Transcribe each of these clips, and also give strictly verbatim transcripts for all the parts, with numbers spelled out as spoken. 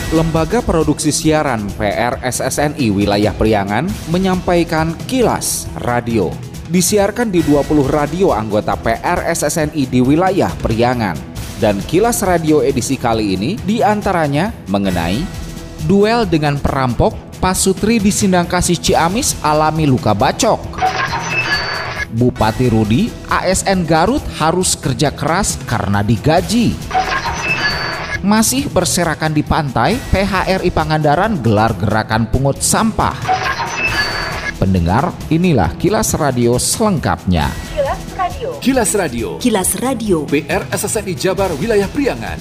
Lembaga Produksi Siaran P R S S N I Wilayah Priangan menyampaikan Kilas Radio. Disiarkan di dua puluh radio anggota P R S S N I di wilayah Priangan. Dan Kilas Radio edisi kali ini diantaranya mengenai duel dengan perampok, Pasutri di Sindangkasih Ciamis alami luka bacok. Bupati Rudi, A S N Garut harus kerja keras karena digaji. Masih berserakan di pantai, P H R I Pangandaran gelar gerakan pungut sampah. Pendengar, inilah Kilas Radio selengkapnya. Kilas Radio. Kilas Radio. Kilas Radio. P R S S N I Jabar Wilayah Priangan.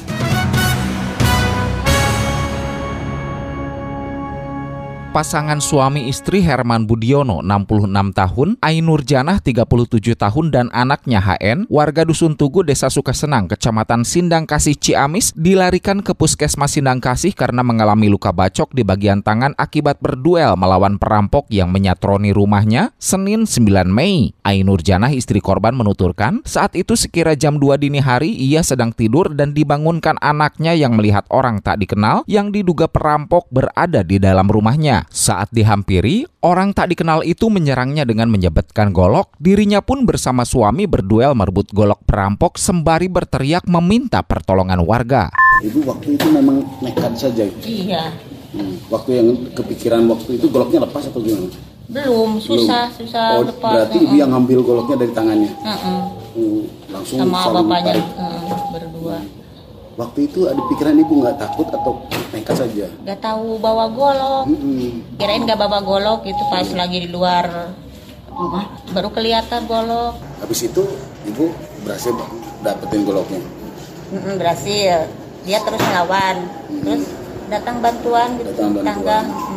Pasangan suami istri Herman Budiono enam puluh enam tahun, Ainur Janah tiga puluh tujuh tahun dan anaknya H N, warga Dusun Tugu, Desa Sukasenang, Kecamatan Sindangkasih Ciamis, dilarikan ke Puskesmas Sindangkasih karena mengalami luka bacok di bagian tangan akibat berduel melawan perampok yang menyatroni rumahnya Senin sembilan Mei. Ainur Janah, istri korban, menuturkan, saat itu sekira jam dua dini hari ia sedang tidur dan dibangunkan anaknya yang melihat orang tak dikenal yang diduga perampok berada di dalam rumahnya. Saat dihampiri, orang tak dikenal itu menyerangnya dengan menyabetkan golok. Dirinya pun bersama suami berduel merebut golok perampok sembari berteriak meminta pertolongan warga. Ibu waktu itu memang nekat saja. Iya. Hmm. Waktu yang kepikiran waktu itu goloknya lepas atau gimana? Belum, susah, Belum. susah oh, lepas. Berarti uh-uh. ibu yang ngambil goloknya dari tangannya. Uh-uh. Uh, langsung sama bapaknya uh, berdua. Waktu itu ada pikiran ibu nggak takut atau nekat saja? Nggak tahu bawa golok. Mm-hmm. Kirain nggak bawa golok itu pas mm. lagi di luar rumah baru kelihatan golok. Habis itu ibu berhasil dapetin goloknya? Mm-mm, berhasil. Dia terus ngelawan. Mm-hmm. Terus datang bantuan gitu, datang bantuan. tangga. Mm.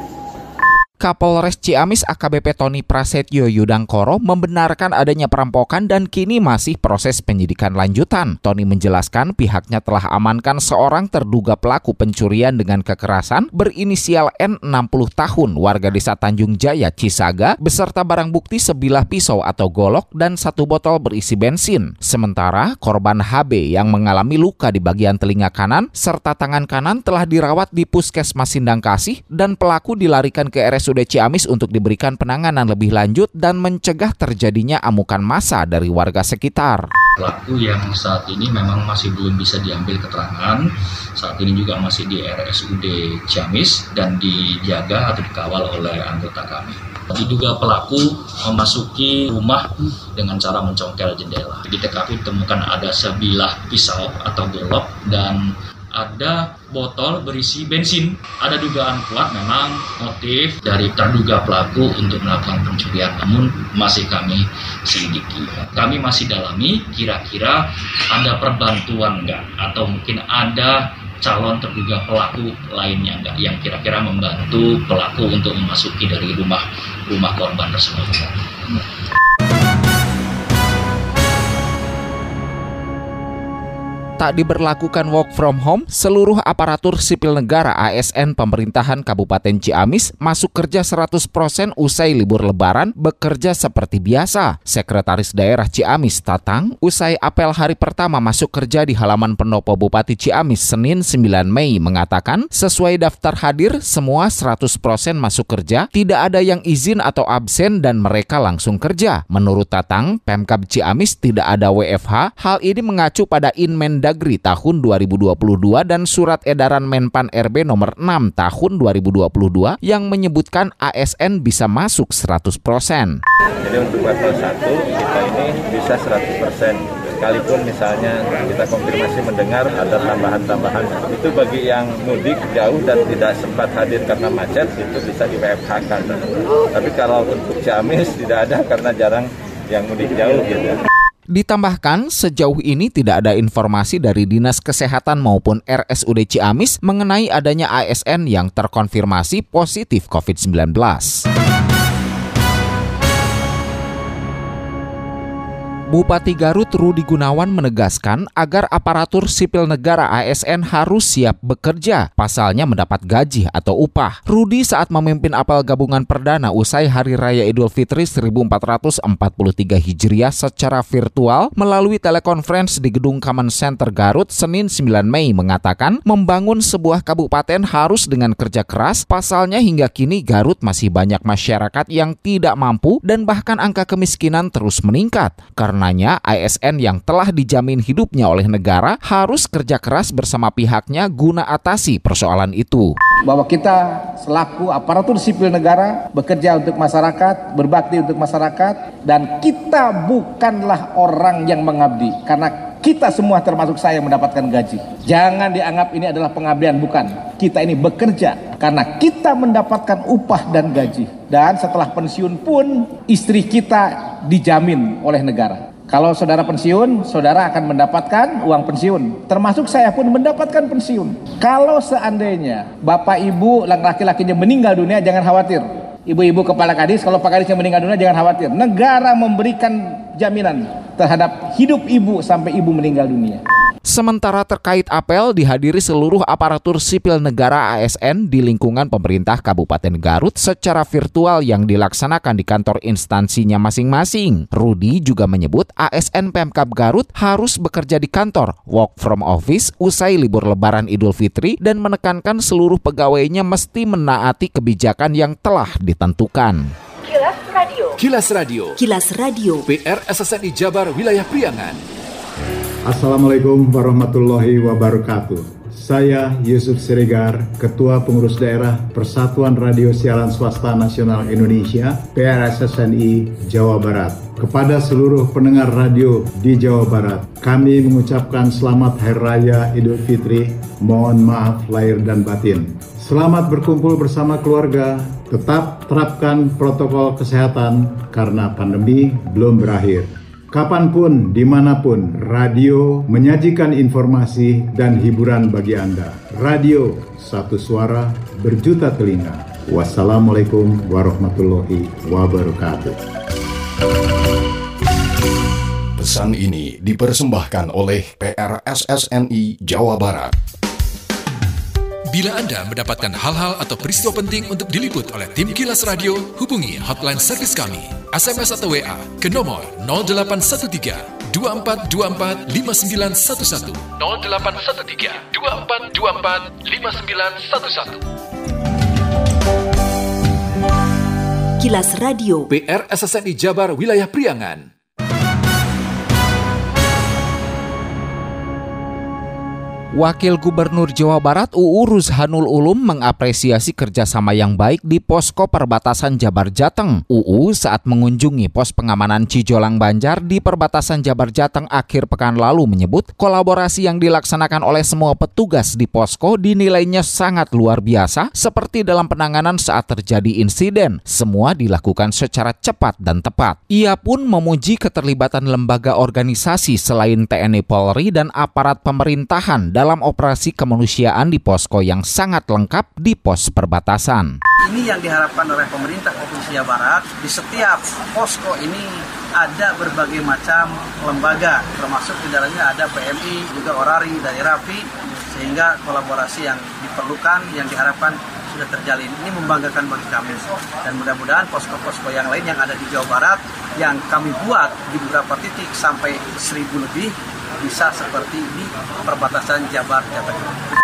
Kapolres Ciamis A K B P Tony Prasetyo Yudangkoro membenarkan adanya perampokan dan kini masih proses penyidikan lanjutan. Tony menjelaskan pihaknya telah amankan seorang terduga pelaku pencurian dengan kekerasan berinisial N enam puluh tahun, warga desa Tanjung Jaya, Cisaga, beserta barang bukti sebilah pisau atau golok dan satu botol berisi bensin. Sementara korban H B yang mengalami luka di bagian telinga kanan serta tangan kanan telah dirawat di Puskesmas Sindangkasih dan pelaku dilarikan ke R S U D Ciamis untuk diberikan penanganan lebih lanjut dan mencegah terjadinya amukan massa dari warga sekitar. Pelaku yang saat ini memang masih belum bisa diambil keterangan, saat ini juga masih di R S U D Ciamis dan dijaga atau dikawal oleh anggota kami. Diduga pelaku memasuki rumah dengan cara mencongkel jendela. Di T K P ditemukan ada sebilah pisau atau golok dan ada botol berisi bensin. Ada dugaan kuat memang motif dari terduga pelaku untuk melakukan pencurian, namun masih kami selidiki. Kami masih dalami kira-kira ada perbantuan enggak atau mungkin ada calon terduga pelaku lainnya enggak yang kira-kira membantu pelaku untuk memasuki dari rumah rumah korban tersebut. Tak diberlakukan work from home, seluruh aparatur sipil negara A S N pemerintahan Kabupaten Ciamis masuk kerja seratus persen usai libur lebaran bekerja seperti biasa. Sekretaris Daerah Ciamis Tatang usai apel hari pertama masuk kerja di halaman pendopo Bupati Ciamis Senin sembilan Mei mengatakan sesuai daftar hadir semua seratus persen masuk kerja, tidak ada yang izin atau absen dan mereka langsung kerja. Menurut Tatang, Pemkab Ciamis tidak ada W F H. Hal ini mengacu pada Inmen Dagri tahun dua ribu dua puluh dua dan Surat Edaran Menpan R B nomor enam tahun dua ribu dua puluh dua yang menyebutkan A S N bisa masuk seratus persen. Jadi untuk level satu kita ini bisa seratus persen. Sekalipun misalnya kita konfirmasi mendengar ada tambahan-tambahan, itu bagi yang mudik jauh dan tidak sempat hadir karena macet itu bisa di W F H-kan. Tapi kalau untuk Ciamis tidak ada karena jarang yang mudik jauh gitu. Ditambahkan, sejauh ini tidak ada informasi dari Dinas Kesehatan maupun R S U D Ciamis mengenai adanya A S N yang terkonfirmasi positif covid sembilan belas. Bupati Garut Rudi Gunawan menegaskan agar aparatur sipil negara A S N harus siap bekerja, pasalnya mendapat gaji atau upah. Rudi saat memimpin apel gabungan perdana usai Hari Raya Idul Fitri seribu empat ratus empat puluh tiga Hijriah secara virtual melalui telekonferensi di Gedung Common Center Garut Senin sembilan Mei mengatakan membangun sebuah kabupaten harus dengan kerja keras, pasalnya hingga kini Garut masih banyak masyarakat yang tidak mampu dan bahkan angka kemiskinan terus meningkat. Karenanya A S N yang telah dijamin hidupnya oleh negara harus kerja keras bersama pihaknya guna atasi persoalan itu. Bahwa kita selaku aparatur sipil negara bekerja untuk masyarakat, berbakti untuk masyarakat, dan kita bukanlah orang yang mengabdi karena kita semua termasuk saya mendapatkan gaji. Jangan dianggap ini adalah pengabdian, bukan. Kita ini bekerja karena kita mendapatkan upah dan gaji. Dan setelah pensiun pun istri kita dijamin oleh negara. Kalau saudara pensiun, saudara akan mendapatkan uang pensiun. Termasuk saya pun mendapatkan pensiun. Kalau seandainya bapak ibu laki-lakinya meninggal dunia, jangan khawatir. Ibu-ibu kepala kadis, kalau Pak Kadisnya meninggal dunia jangan khawatir. Negara memberikan jaminan terhadap hidup ibu sampai ibu meninggal dunia. Sementara terkait apel dihadiri seluruh aparatur sipil negara A S N di lingkungan pemerintah Kabupaten Garut secara virtual yang dilaksanakan di kantor instansinya masing-masing. Rudi juga menyebut A S N Pemkab Garut harus bekerja di kantor, work from office usai libur Lebaran Idul Fitri dan menekankan seluruh pegawainya mesti menaati kebijakan yang telah ditentukan. Kilas Radio. Kilas Radio. Kilas Radio. P R S S N I Jabar Wilayah Priangan. Assalamualaikum warahmatullahi wabarakatuh. Saya Yusuf Siregar, Ketua Pengurus Daerah Persatuan Radio Siaran Swasta Nasional Indonesia, P R S S N I Jawa Barat. Kepada seluruh pendengar radio di Jawa Barat, kami mengucapkan selamat Hari Raya Idul Fitri. Mohon maaf lahir dan batin. Selamat berkumpul bersama keluarga. Tetap terapkan protokol kesehatan karena pandemi belum berakhir. Kapanpun, dimanapun, radio menyajikan informasi dan hiburan bagi Anda. Radio, satu suara, berjuta telinga. Wassalamualaikum warahmatullahi wabarakatuh. Pesan ini dipersembahkan oleh P R S S N I Jawa Barat. Bila Anda mendapatkan hal-hal atau peristiwa penting untuk diliput oleh tim Kilas Radio, hubungi hotline servis kami, S M S atau W A ke nomor nol delapan satu tiga dua empat dua empat lima sembilan satu satu nol delapan satu tiga dua empat dua empat lima sembilan satu satu. Kilas Radio. P R S S N I Jabar Wilayah Priangan. Wakil Gubernur Jawa Barat U U Ruzhanul Ulum mengapresiasi kerjasama yang baik di posko perbatasan Jabar Jateng. U U saat mengunjungi pos pengamanan Cijolang Banjar di perbatasan Jabar Jateng akhir pekan lalu menyebut kolaborasi yang dilaksanakan oleh semua petugas di posko dinilainya sangat luar biasa seperti dalam penanganan saat terjadi insiden. Semua dilakukan secara cepat dan tepat. Ia pun memuji keterlibatan lembaga organisasi selain T N I Polri dan aparat pemerintahan dalam operasi kemanusiaan di posko yang sangat lengkap di pos perbatasan. Ini yang diharapkan oleh pemerintah Provinsi Jawa Barat. Di setiap posko ini ada berbagai macam lembaga, termasuk di dalamnya ada P M I, juga Orari dari Rafi, sehingga kolaborasi yang diperlukan, yang diharapkan sudah terjalin. Ini membanggakan bagi kami. Dan mudah-mudahan posko-posko yang lain yang ada di Jawa Barat, yang kami buat di beberapa titik sampai seribu lebih, bisa seperti di perbatasan Jabar Jateng.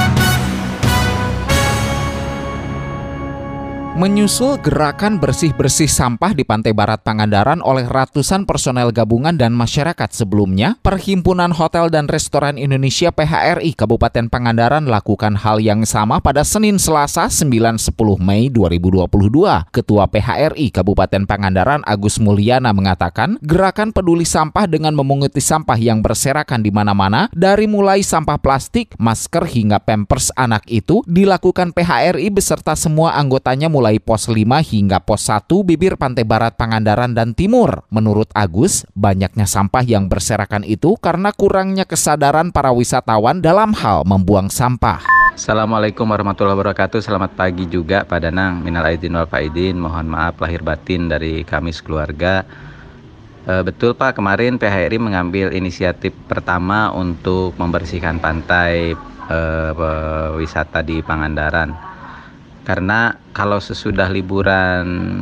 Menyusul gerakan bersih-bersih sampah di Pantai Barat Pangandaran oleh ratusan personel gabungan dan masyarakat sebelumnya, Perhimpunan Hotel dan Restoran Indonesia P H R I Kabupaten Pangandaran lakukan hal yang sama pada Senin Selasa sembilan sepuluh Mei dua ribu dua puluh dua. Ketua P H R I Kabupaten Pangandaran Agus Mulyana mengatakan, gerakan peduli sampah dengan memunguti sampah yang berserakan di mana-mana, dari mulai sampah plastik, masker hingga pampers anak itu dilakukan P H R I beserta semua anggotanya mulai mulai pos lima hingga pos satu bibir Pantai Barat Pangandaran dan Timur. Menurut Agus, banyaknya sampah yang berserakan itu karena kurangnya kesadaran para wisatawan dalam hal membuang sampah. Assalamualaikum warahmatullahi wabarakatuh. Selamat pagi juga Pak Danang. Minal aidin wal faidin. Mohon maaf lahir batin dari kami sekeluarga. E, betul Pak, kemarin P H R I mengambil inisiatif pertama untuk membersihkan pantai e, wisata di Pangandaran. Karena kalau sesudah liburan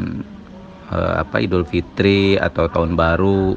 e, apa Idul Fitri atau Tahun Baru,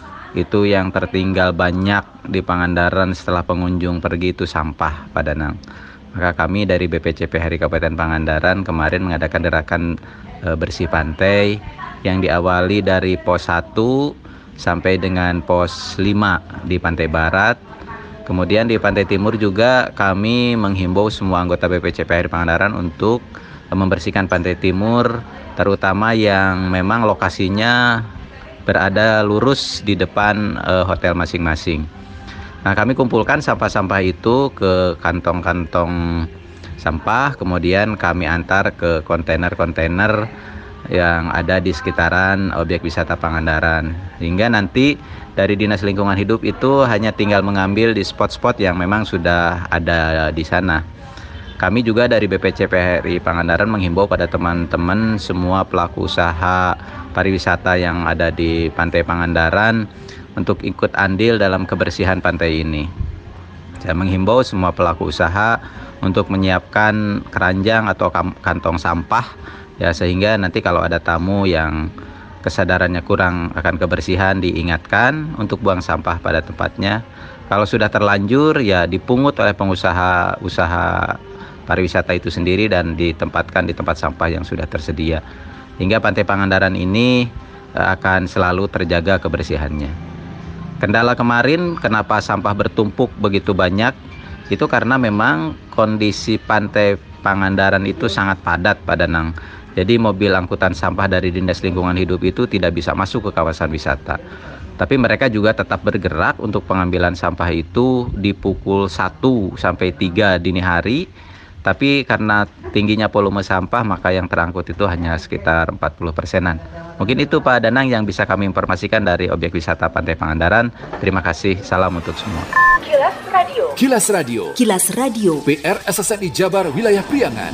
itu yang tertinggal banyak di Pangandaran setelah pengunjung pergi itu sampah, Pak Danang. Maka kami dari B P C P H R I Kabupaten Pangandaran kemarin mengadakan gerakan e, bersih pantai yang diawali dari pos satu sampai dengan pos lima di Pantai Barat. Kemudian di Pantai Timur juga kami menghimbau semua anggota B P C P H R I Pangandaran untuk membersihkan Pantai Timur, terutama yang memang lokasinya berada lurus di depan uh, hotel masing-masing. Nah, kami kumpulkan sampah-sampah itu ke kantong-kantong sampah, kemudian kami antar ke kontainer-kontainer yang ada di sekitaran objek wisata Pangandaran. Hingga nanti dari Dinas Lingkungan Hidup itu hanya tinggal mengambil di spot-spot yang memang sudah ada di sana. Kami juga dari B P C P H R I Pangandaran menghimbau pada teman-teman semua pelaku usaha pariwisata yang ada di Pantai Pangandaran untuk ikut andil dalam kebersihan pantai ini. Saya menghimbau semua pelaku usaha untuk menyiapkan keranjang atau kantong sampah, ya, sehingga nanti kalau ada tamu yang kesadarannya kurang akan kebersihan diingatkan untuk buang sampah pada tempatnya. Kalau sudah terlanjur ya dipungut oleh pengusaha usaha pariwisata itu sendiri dan ditempatkan di tempat sampah yang sudah tersedia. Hingga Pantai Pangandaran ini akan selalu terjaga kebersihannya. Kendala kemarin kenapa sampah bertumpuk begitu banyak, itu karena memang kondisi Pantai Pangandaran itu sangat padat, Pak Danang. Jadi mobil angkutan sampah dari Dinas Lingkungan Hidup itu tidak bisa masuk ke kawasan wisata. Tapi mereka juga tetap bergerak untuk pengambilan sampah itu di pukul satu sampai tiga dini hari. Tapi karena tingginya volume sampah, maka yang terangkut itu hanya sekitar empat puluh persenan. Mungkin itu Pak Danang yang bisa kami informasikan dari objek wisata Pantai Pangandaran. Terima kasih, salam untuk semua. Kilas Radio. Kilas Radio. Kilas Radio. P R S S N I Jabar Wilayah Priangan.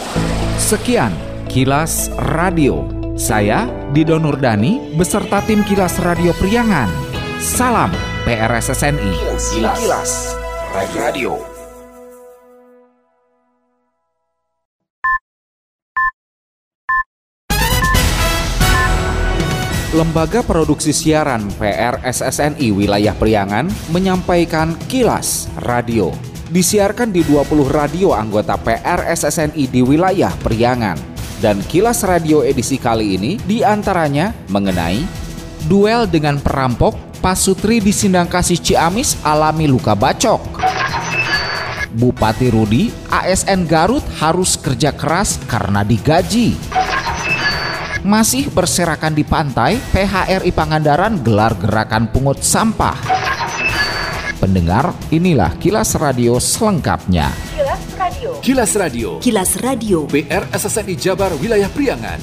Sekian Kilas Radio. Saya Dido Nurdani beserta tim Kilas Radio Priangan. Salam P R S S N I. Kilas, Kilas Radio. Lembaga Produksi Siaran P R S S N I Wilayah Priangan menyampaikan Kilas Radio. Disiarkan di dua puluh radio anggota P R S S N I di wilayah Priangan. Dan Kilas Radio edisi kali ini diantaranya mengenai duel dengan perampok, Pasutri di Sindangkasih Ciamis alami luka bacok. Bupati Rudi, A S N Garut harus kerja keras karena digaji. Masih berserakan di pantai, P H R I Pangandaran gelar gerakan pungut sampah. Pendengar, inilah Kilas Radio selengkapnya. Kilas Radio. Kilas Radio. Kilas Radio. P R S S N I Jabar Wilayah Priangan.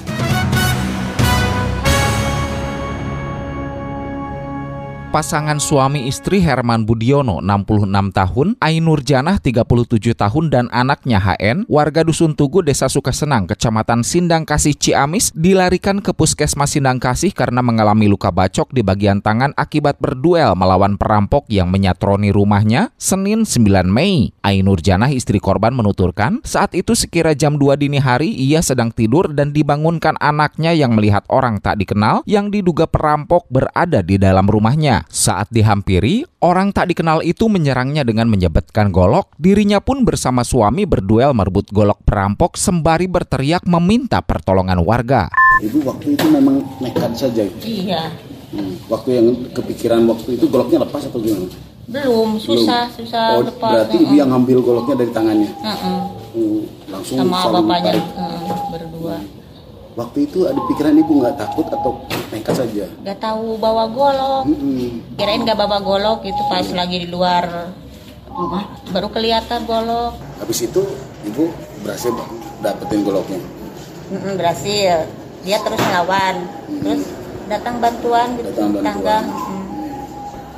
Pasangan suami istri Herman Budiono enam puluh enam tahun, Ainur Janah tiga puluh tujuh tahun dan anaknya H N, warga Dusun Tugu, Desa Sukasenang, Kecamatan Sindangkasih Ciamis, dilarikan ke Puskesmas Sindangkasih karena mengalami luka bacok di bagian tangan akibat berduel melawan perampok yang menyatroni rumahnya Senin sembilan Mei. Ainur Janah, istri korban, menuturkan saat itu sekira jam dua dini hari ia sedang tidur dan dibangunkan anaknya yang melihat orang tak dikenal yang diduga perampok berada di dalam rumahnya. Saat dihampiri, orang tak dikenal itu menyerangnya dengan menyabetkan golok. Dirinya pun bersama suami berduel merebut golok perampok sembari berteriak meminta pertolongan warga. Ibu waktu itu memang nekat saja. Iya. Hmm. Waktu yang kepikiran waktu itu goloknya lepas atau gimana? Belum, susah, Belum. susah oh, lepas. Berarti uh-uh. ibu yang ngambil goloknya dari tangannya? Uh-uh. Uh, langsung sama bapaknya uh, berdua. Waktu itu ada pikiran ibu nggak takut atau nekat saja? Nggak tahu bawa golok, mm-hmm. kirain nggak bawa golok itu pas lagi di luar rumah baru kelihatan golok. Habis itu ibu berhasil dapetin goloknya? Mm-mm, berhasil, dia terus ngelawan, mm-hmm. terus datang bantuan gitu, datang bantuan. tangga. Mm.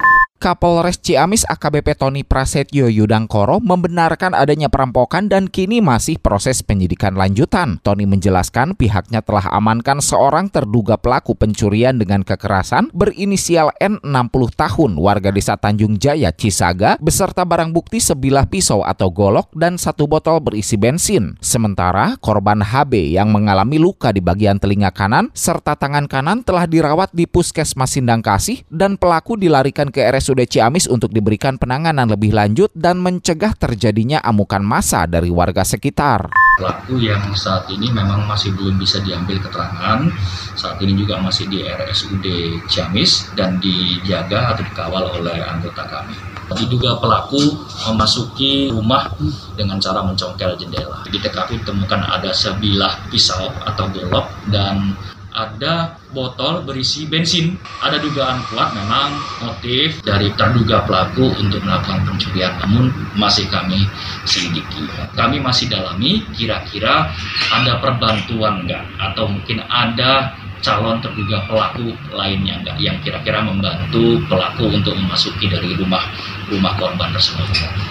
Kapolres Ciamis A K B P Tony Prasetyo Yudangkoro membenarkan adanya perampokan dan kini masih proses penyidikan lanjutan. Tony menjelaskan pihaknya telah amankan seorang terduga pelaku pencurian dengan kekerasan berinisial N enam puluh tahun warga desa Tanjung Jaya, Cisaga, beserta barang bukti sebilah pisau atau golok dan satu botol berisi bensin. Sementara korban H B yang mengalami luka di bagian telinga kanan serta tangan kanan telah dirawat di Puskesmas Sindang Kasih dan pelaku dilarikan ke R S U D Ciamis untuk diberikan penanganan lebih lanjut dan mencegah terjadinya amukan massa dari warga sekitar. Pelaku yang saat ini memang masih belum bisa diambil keterangan, saat ini juga masih di R S U D Ciamis dan dijaga atau dikawal oleh anggota kami. Diduga pelaku memasuki rumah dengan cara mencongkel jendela. Di T K P ditemukan ada sebilah pisau atau golok dan ada botol berisi bensin. Ada dugaan kuat memang motif dari terduga pelaku untuk melakukan pencurian, namun masih kami selidiki. Kami masih dalami kira-kira ada perbantuan enggak atau mungkin ada calon terduga pelaku lainnya enggak yang kira-kira membantu pelaku untuk memasuki dari rumah rumah korban tersebut.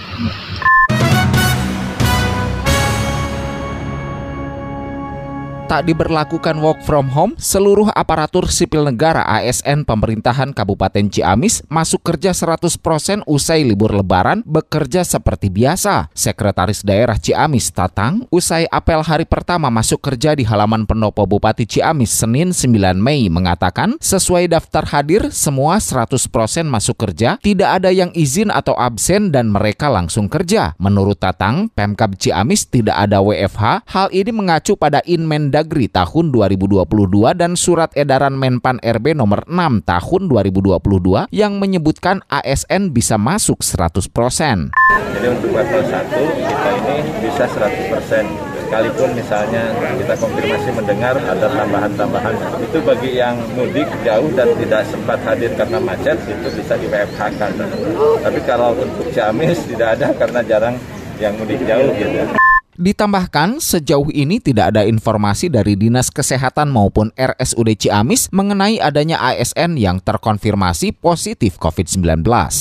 Tak diberlakukan work from home, seluruh aparatur sipil negara A S N pemerintahan Kabupaten Ciamis masuk kerja seratus persen usai libur lebaran bekerja seperti biasa. Sekretaris Daerah Ciamis Tatang usai apel hari pertama masuk kerja di halaman pendopo Bupati Ciamis Senin sembilan Mei mengatakan sesuai daftar hadir semua seratus persen masuk kerja, tidak ada yang izin atau absen dan mereka langsung kerja. Menurut Tatang, Pemkab Ciamis tidak ada W F H. Hal ini mengacu pada Inmen Dagri tahun dua ribu dua puluh dua dan Surat Edaran Menpan R B nomor enam tahun dua ribu dua puluh dua yang menyebutkan A S N bisa masuk seratus persen. Jadi untuk level satu kita ini bisa seratus persen. Sekalipun misalnya kita konfirmasi mendengar ada tambahan-tambahan, itu bagi yang mudik jauh dan tidak sempat hadir karena macet itu bisa di W F H-kan. Tapi kalau untuk Ciamis tidak ada karena jarang yang mudik jauh gitu. Ditambahkan, sejauh ini tidak ada informasi dari Dinas Kesehatan maupun R S U D Ciamis mengenai adanya A S N yang terkonfirmasi positif covid sembilan belas.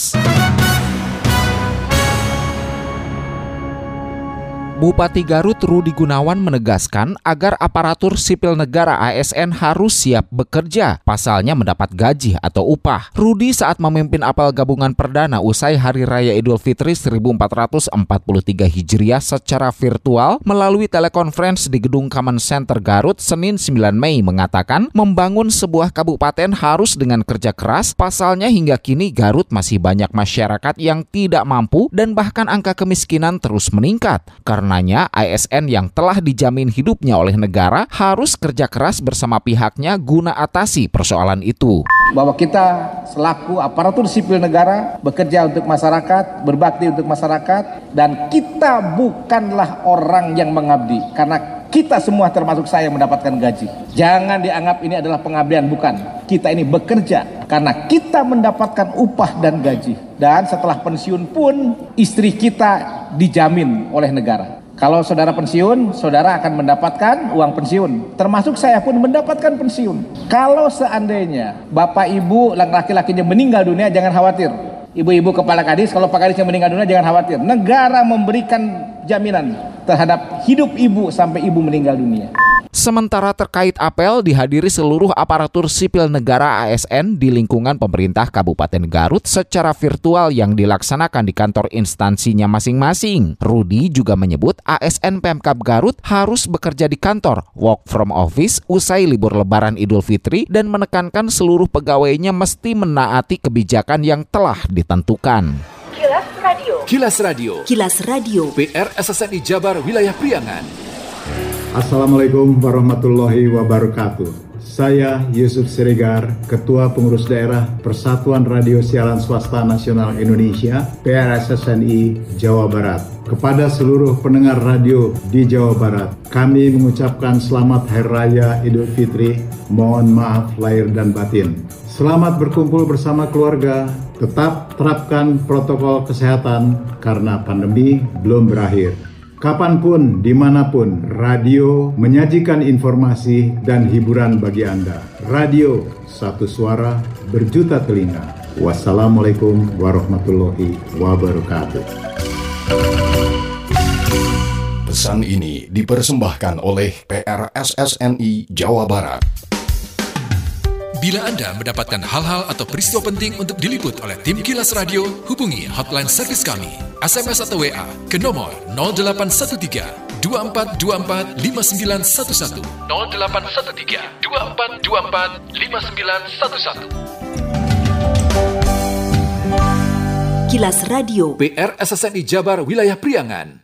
Bupati Garut Rudi Gunawan menegaskan agar aparatur sipil negara A S N harus siap bekerja, pasalnya mendapat gaji atau upah. Rudi saat memimpin apel gabungan perdana usai Hari Raya Idul Fitri seribu empat ratus empat puluh tiga Hijriah secara virtual melalui telekonferensi di Gedung Common Center Garut Senin sembilan Mei mengatakan membangun sebuah kabupaten harus dengan kerja keras, pasalnya hingga kini Garut masih banyak masyarakat yang tidak mampu dan bahkan angka kemiskinan terus meningkat. Karena Karenanya, A S N yang telah dijamin hidupnya oleh negara harus kerja keras bersama pihaknya guna atasi persoalan itu. Bahwa kita selaku aparatur sipil negara bekerja untuk masyarakat, berbakti untuk masyarakat, dan kita bukanlah orang yang mengabdi, karena kita semua termasuk saya mendapatkan gaji. Jangan dianggap ini adalah pengabdian, bukan. Kita ini bekerja karena kita mendapatkan upah dan gaji. Dan setelah pensiun pun istri kita dijamin oleh negara. Kalau saudara pensiun, saudara akan mendapatkan uang pensiun. Termasuk saya pun mendapatkan pensiun. Kalau seandainya bapak ibu laki-lakinya meninggal dunia, jangan khawatir. Ibu-ibu kepala kadis, kalau pak kadisnya meninggal dunia, jangan khawatir. Negara memberikan jaminan terhadap hidup ibu sampai ibu meninggal dunia. Sementara terkait apel dihadiri seluruh aparatur sipil negara A S N di lingkungan pemerintah Kabupaten Garut secara virtual yang dilaksanakan di kantor instansinya masing-masing. Rudi juga menyebut A S N Pemkab Garut harus bekerja di kantor, work from office usai libur Lebaran Idul Fitri dan menekankan seluruh pegawainya mesti menaati kebijakan yang telah ditentukan. Kilas Radio. Kilas Radio. Kilas Radio. P R S S N I Jabar Wilayah Priangan. Assalamualaikum warahmatullahi wabarakatuh. Saya Yusuf Siregar, Ketua Pengurus Daerah Persatuan Radio Siaran Swasta Nasional Indonesia P R S S N I Jawa Barat. Kepada seluruh pendengar radio di Jawa Barat, kami mengucapkan selamat Hari Raya Idul Fitri. Mohon maaf lahir dan batin. Selamat berkumpul bersama keluarga. Tetap terapkan protokol kesehatan karena pandemi belum berakhir. Kapanpun, dimanapun, radio menyajikan informasi dan hiburan bagi Anda. Radio, satu suara, berjuta telinga. Wassalamualaikum warahmatullahi wabarakatuh. Pesan ini dipersembahkan oleh P R S S N I Jawa Barat. Bila Anda mendapatkan hal-hal atau peristiwa penting untuk diliput oleh tim Kilas Radio, hubungi hotline servis kami. S M S atau W A ke nomor nol delapan satu tiga dua empat dua empat lima sembilan satu satu nol delapan satu tiga dua empat dua empat lima sembilan satu satu. Kilas Radio P R S S N I Jabar Wilayah Priangan.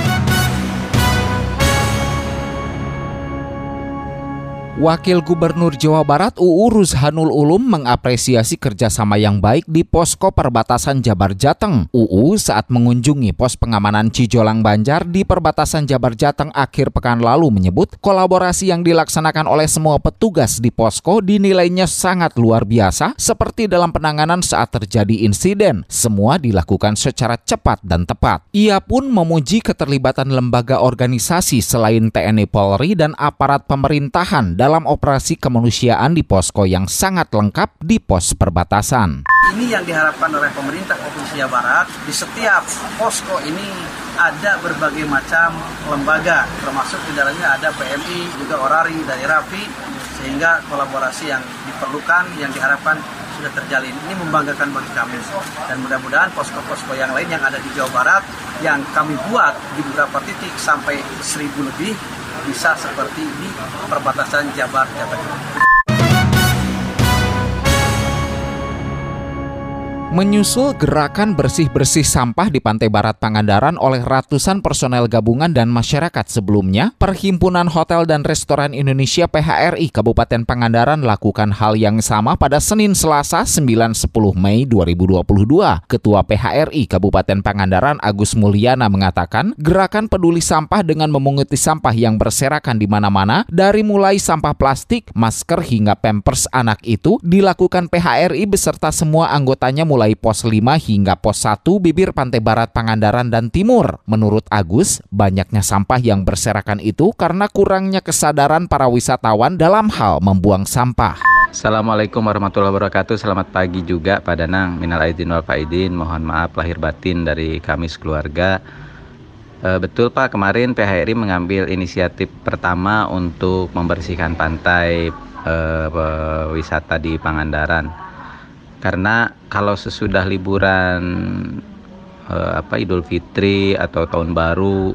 Wakil Gubernur Jawa Barat U U Ruzhanul Ulum mengapresiasi kerjasama yang baik di posko perbatasan Jabar Jateng. U U saat mengunjungi pos pengamanan Cijolang Banjar di perbatasan Jabar Jateng akhir pekan lalu menyebut kolaborasi yang dilaksanakan oleh semua petugas di posko dinilainya sangat luar biasa seperti dalam penanganan saat terjadi insiden. Semua dilakukan secara cepat dan tepat. Ia pun memuji keterlibatan lembaga organisasi selain T N I Polri dan aparat pemerintahan dalam operasi kemanusiaan di posko yang sangat lengkap di pos perbatasan. Ini yang diharapkan oleh pemerintah Provinsi Jawa Barat. Di setiap posko ini ada berbagai macam lembaga, termasuk di dalamnya ada P M I, juga Orari dari Rafi, sehingga kolaborasi yang diperlukan, yang diharapkan sudah terjalin. Ini membanggakan bagi kami. Dan mudah-mudahan posko-posko yang lain yang ada di Jawa Barat, yang kami buat di beberapa titik sampai seribu lebih, bisa seperti di perbatasan Jabar Jateng. Menyusul gerakan bersih-bersih sampah di Pantai Barat Pangandaran oleh ratusan personel gabungan dan masyarakat sebelumnya, Perhimpunan Hotel dan Restoran Indonesia P H R I Kabupaten Pangandaran lakukan hal yang sama pada Senin Selasa sembilan sepuluh Mei dua ribu dua puluh dua. Ketua P H R I Kabupaten Pangandaran Agus Mulyana mengatakan, gerakan peduli sampah dengan memunguti sampah yang berserakan di mana-mana, dari mulai sampah plastik, masker hingga pampers anak itu dilakukan P H R I beserta semua anggotanya mulai pos lima hingga pos satu bibir Pantai Barat Pangandaran dan Timur. Menurut Agus, banyaknya sampah yang berserakan itu karena kurangnya kesadaran para wisatawan dalam hal membuang sampah. Assalamualaikum warahmatullahi wabarakatuh. Selamat pagi juga Pak Danang. Minal aidin wal faidin. Mohon maaf lahir batin dari kami sekeluarga. E, betul Pak, kemarin P H R I mengambil inisiatif pertama untuk membersihkan pantai e, wisata di Pangandaran. Karena kalau sesudah liburan eh, apa Idul Fitri atau Tahun Baru,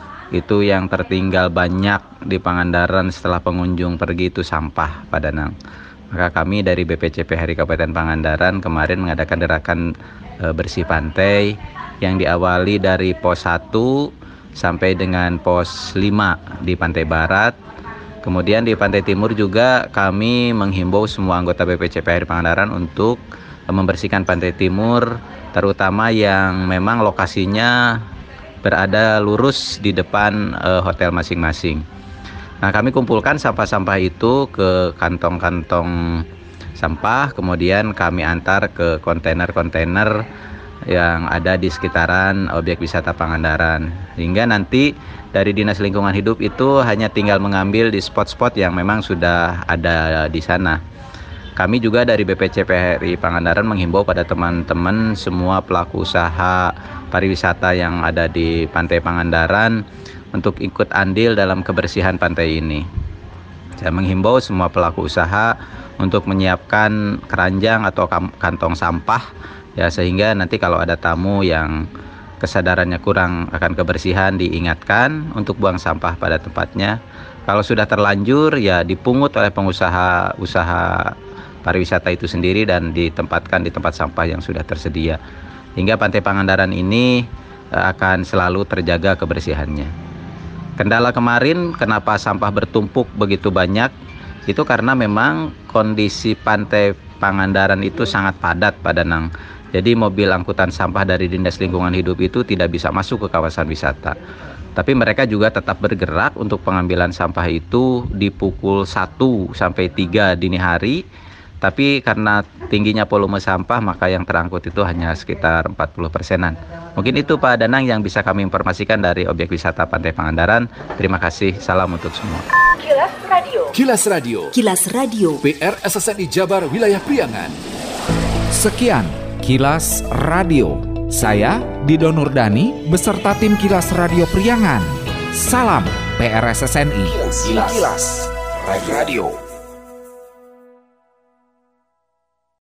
itu yang tertinggal banyak di Pangandaran setelah pengunjung pergi itu sampah, Pak Danang. Maka kami dari B P C P H R I Kabupaten Pangandaran kemarin mengadakan gerakan eh, bersih pantai yang diawali dari pos satu sampai dengan pos lima di Pantai Barat. Kemudian di Pantai Timur juga kami menghimbau semua anggota B P C P H R I Pangandaran untuk membersihkan Pantai Timur, terutama yang memang lokasinya berada lurus di depan uh, hotel masing-masing. Nah, kami kumpulkan sampah-sampah itu ke kantong-kantong sampah, kemudian kami antar ke kontainer-kontainer yang ada di sekitaran objek wisata Pangandaran. Hingga nanti dari Dinas Lingkungan Hidup itu hanya tinggal mengambil di spot-spot yang memang sudah ada di sana. Kami juga dari B P C P H R I Pangandaran menghimbau pada teman-teman semua pelaku usaha pariwisata yang ada di Pantai Pangandaran untuk ikut andil dalam kebersihan pantai ini. Saya menghimbau semua pelaku usaha untuk menyiapkan keranjang atau kantong sampah, ya, sehingga nanti kalau ada tamu yang kesadarannya kurang akan kebersihan diingatkan untuk buang sampah pada tempatnya. Kalau sudah terlanjur, ya dipungut oleh pengusaha usaha pariwisata itu sendiri dan ditempatkan di tempat sampah yang sudah tersedia. Hingga Pantai Pangandaran ini akan selalu terjaga kebersihannya. Kendala kemarin kenapa sampah bertumpuk begitu banyak, itu karena memang kondisi Pantai Pangandaran itu sangat padat, Pak Danang. Jadi mobil angkutan sampah dari Dinas Lingkungan Hidup itu tidak bisa masuk ke kawasan wisata. Tapi mereka juga tetap bergerak untuk pengambilan sampah itu di pukul satu sampai tiga dini hari. Tapi karena tingginya volume sampah, maka yang terangkut itu hanya sekitar empat puluh persenan. Mungkin itu Pak Danang yang bisa kami informasikan dari objek wisata Pantai Pangandaran. Terima kasih, salam untuk semua. Kilas Radio. Kilas Radio. Kilas Radio. P R S S N I Jabar Wilayah Priangan. Sekian Kilas Radio. Saya Dido Nurdani beserta tim Kilas Radio Priangan. Salam P R S S N I. Kilas, Kilas Radio.